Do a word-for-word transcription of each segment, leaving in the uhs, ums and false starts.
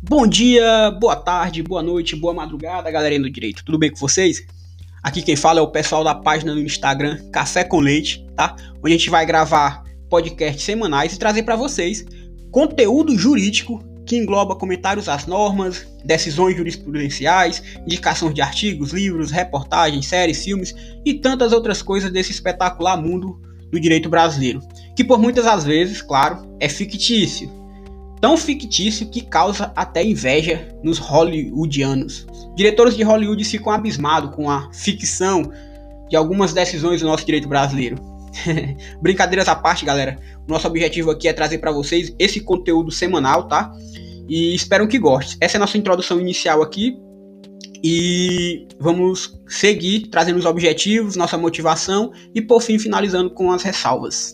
Bom dia, boa tarde, boa noite, boa madrugada, galerinha do direito. Tudo bem com vocês? Aqui quem fala é o pessoal da página do Instagram Café com Leite, tá? Onde a gente vai gravar podcasts semanais e trazer para vocês conteúdo jurídico que engloba comentários às normas, decisões jurisprudenciais, indicações de artigos, livros, reportagens, séries, filmes e tantas outras coisas desse espetacular mundo do direito brasileiro, que por muitas das vezes, claro, é fictício. Tão fictício que causa até inveja nos hollywoodianos. Diretores de Hollywood ficam abismados com a ficção de algumas decisões do nosso direito brasileiro. Brincadeiras à parte, galera. O nosso objetivo aqui é trazer para vocês esse conteúdo semanal, tá? E espero que gostem. Essa é a nossa introdução inicial aqui. E vamos seguir trazendo os objetivos, nossa motivação e por fim finalizando com as ressalvas.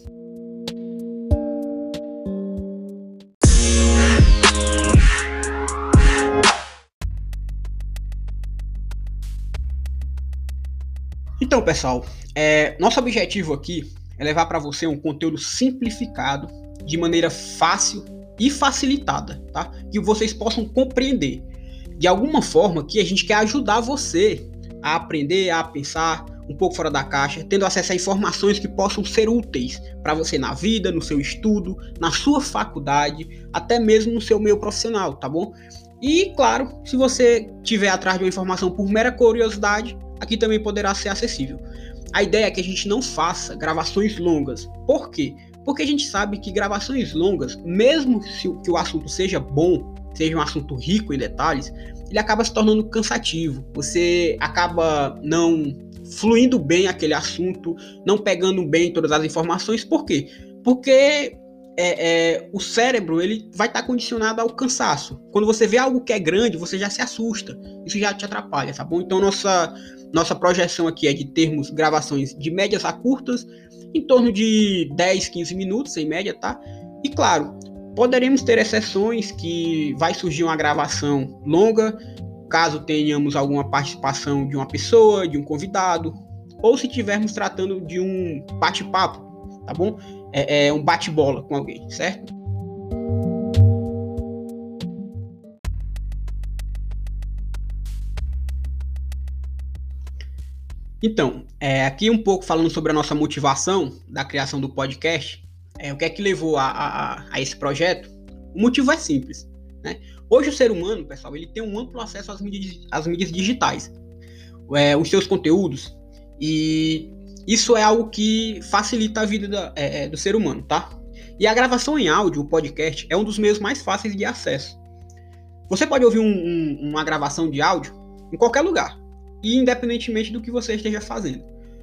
Então, pessoal, é, nosso objetivo aqui é levar para você um conteúdo simplificado, de maneira fácil e facilitada, tá? Que vocês possam compreender. De alguma forma que a gente quer ajudar você a aprender, a pensar um pouco fora da caixa, tendo acesso a informações que possam ser úteis para você na vida, no seu estudo, na sua faculdade, até mesmo no seu meio profissional, tá bom? E, claro, se você estiver atrás de uma informação por mera curiosidade, aqui também poderá ser acessível. A ideia é que a gente não faça gravações longas. Por quê? Porque a gente sabe que gravações longas, mesmo se que o assunto seja bom, seja um assunto rico em detalhes, ele acaba se tornando cansativo. Você acaba não fluindo bem aquele assunto, não pegando bem todas as informações. Por quê? Porque é, é, o cérebro ele vai estar condicionado ao cansaço. Quando você vê algo que é grande, você já se assusta. Isso já te atrapalha, tá bom? Então nossa, nossa projeção aqui é de termos gravações de médias a curtas, em torno de dez, quinze minutos em média, tá? E claro, poderemos ter exceções que vai surgir uma gravação longa, caso tenhamos alguma participação de uma pessoa, de um convidado, ou se estivermos tratando de um bate-papo, tá bom? É, é um bate-bola com alguém, certo? Então, é, aqui um pouco falando sobre a nossa motivação da criação do podcast, é, o que é que levou a, a, a esse projeto? O motivo é simples, né? Hoje o ser humano, pessoal, ele tem um amplo acesso às mídias, às mídias digitais, é, os seus conteúdos, e isso é algo que facilita a vida da, é, do ser humano, tá? E a gravação em áudio, o podcast, é um dos meios mais fáceis de acesso. Você pode ouvir um, um, uma gravação de áudio em qualquer lugar, e independentemente do que você esteja fazendo.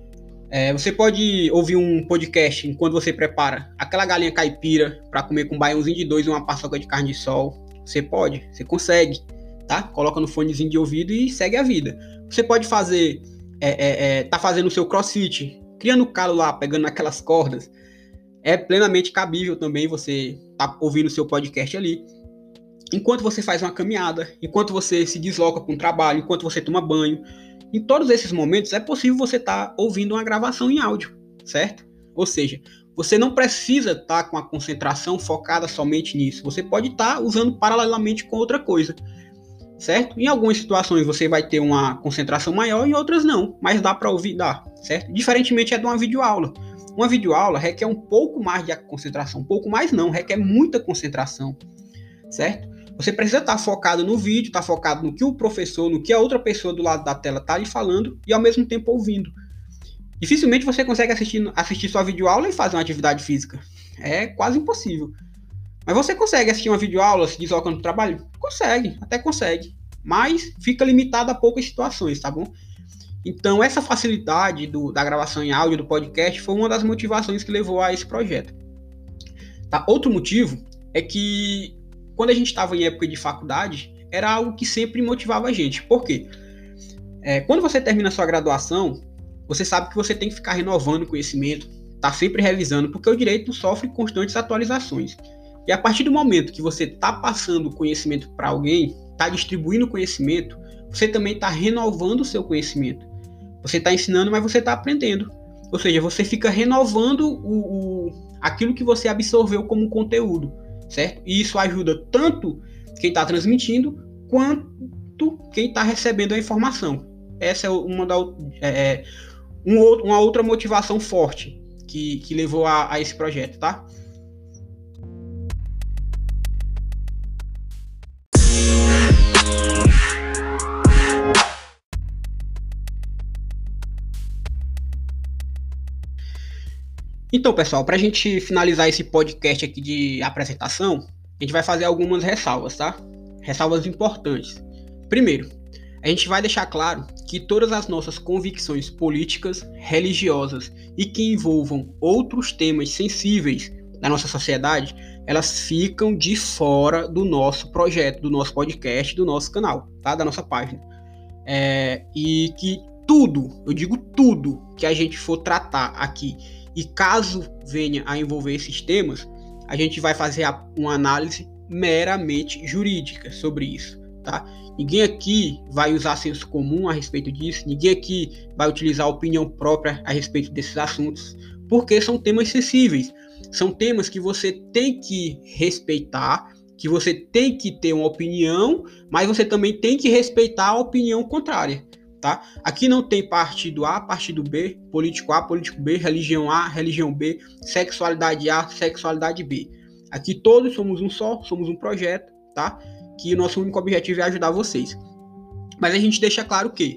É, você pode ouvir um podcast enquanto você prepara aquela galinha caipira para comer com um baiãozinho de dois e uma paçoca de carne de sol. Você pode, você consegue, tá? Coloca no fonezinho de ouvido e segue a vida. Você pode fazer, é, é, é, tá fazendo o seu crossfit, criando calo lá, pegando aquelas cordas. É plenamente cabível também você tá ouvindo o seu podcast ali. Enquanto você faz uma caminhada, enquanto você se desloca para um trabalho, enquanto você toma banho. Em todos esses momentos é possível você estar tá ouvindo uma gravação em áudio, certo? Ou seja, você não precisa estar tá com a concentração focada somente nisso. Você pode estar tá usando paralelamente com outra coisa, certo? Em algumas situações você vai ter uma concentração maior, em outras não, mas dá para ouvir, dá, certo? Diferentemente é de uma videoaula. Uma videoaula requer um pouco mais de concentração, um pouco mais não, requer muita concentração, certo? Você precisa estar focado no vídeo, estar focado no que o professor, no que a outra pessoa do lado da tela está lhe falando e ao mesmo tempo ouvindo. Dificilmente você consegue assistir, assistir sua videoaula e fazer uma atividade física. É quase impossível. Mas você consegue assistir uma videoaula se deslocando do trabalho? Consegue, até consegue. Mas fica limitado a poucas situações, tá bom? Então essa facilidade do, da gravação em áudio do podcast foi uma das motivações que levou a esse projeto. Tá? Outro motivo é que quando a gente estava em época de faculdade, era algo que sempre motivava a gente. Por quê? É, quando você termina a sua graduação, você sabe que você tem que ficar renovando o conhecimento, tá sempre revisando, porque o direito sofre constantes atualizações. E a partir do momento que você está passando conhecimento para alguém, está distribuindo conhecimento, você também está renovando o seu conhecimento. Você está ensinando, mas você está aprendendo. Ou seja, você fica renovando o, o, aquilo que você absorveu como conteúdo. Certo? E isso ajuda tanto quem está transmitindo, quanto quem está recebendo a informação. Essa é uma, da, é, um, uma outra motivação forte que, que levou a, a esse projeto, tá? Então, pessoal, para a gente finalizar esse podcast aqui de apresentação, a gente vai fazer algumas ressalvas, tá? Ressalvas importantes. Primeiro, a gente vai deixar claro que todas as nossas convicções políticas, religiosas e que envolvam outros temas sensíveis da nossa sociedade, elas ficam de fora do nosso projeto, do nosso podcast, do nosso canal, tá? Da nossa página. É, e que tudo, eu digo tudo, que a gente for tratar aqui, e caso venha a envolver esses temas, a gente vai fazer uma análise meramente jurídica sobre isso, tá? Ninguém aqui vai usar senso comum a respeito disso, ninguém aqui vai utilizar opinião própria a respeito desses assuntos, porque são temas sensíveis, são temas que você tem que respeitar, que você tem que ter uma opinião, mas você também tem que respeitar a opinião contrária. Tá? Aqui não tem partido A, partido B, político A, político B, religião A, religião B, sexualidade A, sexualidade B. Aqui todos somos um só, somos um projeto, tá? Que o nosso único objetivo é ajudar vocês. Mas a gente deixa claro que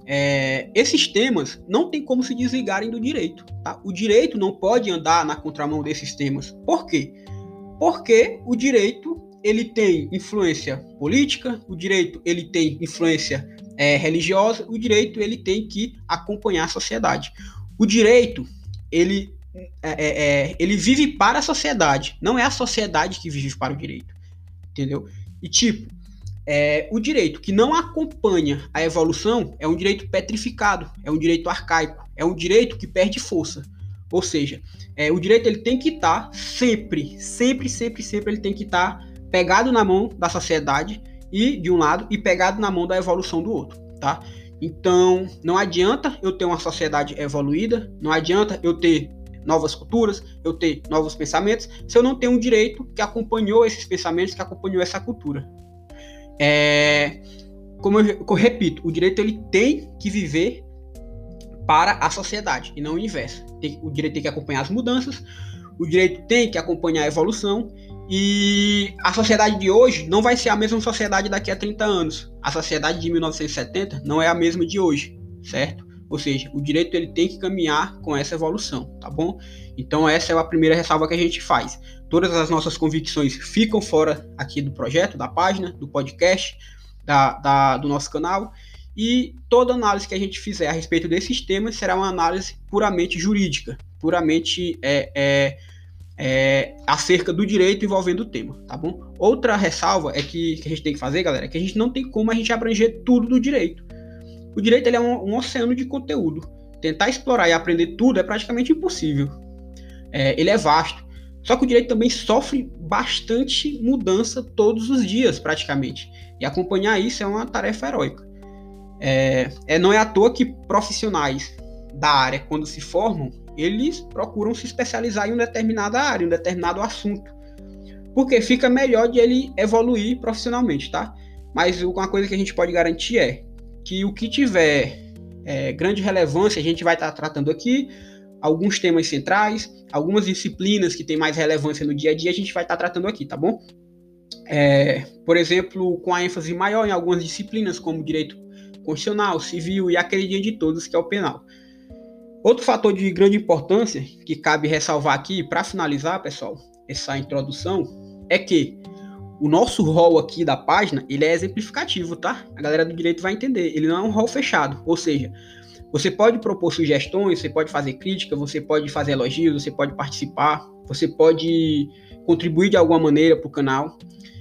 é, esses temas não tem como se desligarem do direito, tá? O direito não pode andar na contramão desses temas. Por quê? Porque o direito ele tem influência política, o direito ele tem influência É, religiosa, o direito ele tem que acompanhar a sociedade. O direito ele, é, é, ele vive para a sociedade, não é a sociedade que vive para o direito, entendeu? E tipo, é, o direito que não acompanha a evolução é um direito petrificado, é um direito arcaico, é um direito que perde força. Ou seja, é, o direito ele tem que estar tá sempre, sempre, sempre, sempre ele tem que estar tá pegado na mão da sociedade e de um lado e pegado na mão da evolução do outro, tá? Então, não adianta eu ter uma sociedade evoluída, não adianta eu ter novas culturas, eu ter novos pensamentos, se eu não tenho um direito que acompanhou esses pensamentos, que acompanhou essa cultura. É, como eu, eu repito, o direito ele tem que viver para a sociedade e não o inverso. Tem, o direito tem que acompanhar as mudanças, o direito tem que acompanhar a evolução. E a sociedade de hoje não vai ser a mesma sociedade daqui a trinta anos. A sociedade de mil novecentos e setenta não é a mesma de hoje, certo? Ou seja, o direito ele tem que caminhar com essa evolução, tá bom? Então essa é a primeira ressalva que a gente faz. Todas as nossas convicções ficam fora aqui do projeto, da página, do podcast, da, da, do nosso canal. E toda análise que a gente fizer a respeito desses temas será uma análise puramente jurídica, puramente... É, é, É, acerca do direito envolvendo o tema, tá bom? Outra ressalva é que, que a gente tem que fazer, galera, é que a gente não tem como a gente abranger tudo do direito. O direito ele é um, um oceano de conteúdo. Tentar explorar e aprender tudo é praticamente impossível. É, ele é vasto. Só que o direito também sofre bastante mudança todos os dias, praticamente. E acompanhar isso é uma tarefa heróica. É, é, não é à toa que profissionais da área, quando se formam, eles procuram se especializar em uma determinada área, em um determinado assunto, porque fica melhor de ele evoluir profissionalmente, tá? Mas uma coisa que a gente pode garantir é que o que tiver é, grande relevância, a gente vai estar tratando aqui, alguns temas centrais, algumas disciplinas que têm mais relevância no dia a dia, a gente vai estar tratando aqui, tá bom? É, por exemplo, com a ênfase maior em algumas disciplinas, como direito constitucional, civil e aquele dia de todos, que é o penal. Outro fator de grande importância que cabe ressalvar aqui, para finalizar, pessoal, essa introdução, é que o nosso rol aqui da página, ele é exemplificativo, tá? A galera do direito vai entender, ele não é um rol fechado, ou seja, você pode propor sugestões, você pode fazer crítica, você pode fazer elogios, você pode participar, você pode contribuir de alguma maneira para o canal.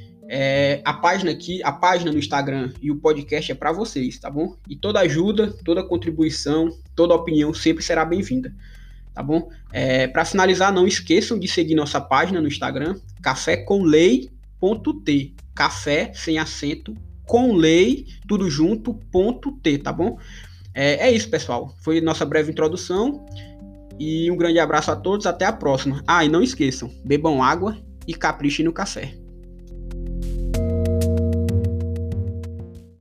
É, a página aqui, a página no Instagram e o podcast é para vocês, tá bom? E toda ajuda, toda contribuição, toda opinião sempre será bem-vinda, tá bom? É, para finalizar, não esqueçam de seguir nossa página no Instagram, café com lei ponto t, café sem acento, com lei, tudo junto, ponto t, tá bom? É, é isso, pessoal. Foi nossa breve introdução e um grande abraço a todos, até a próxima. Ah, e não esqueçam, bebam água e caprichem no café.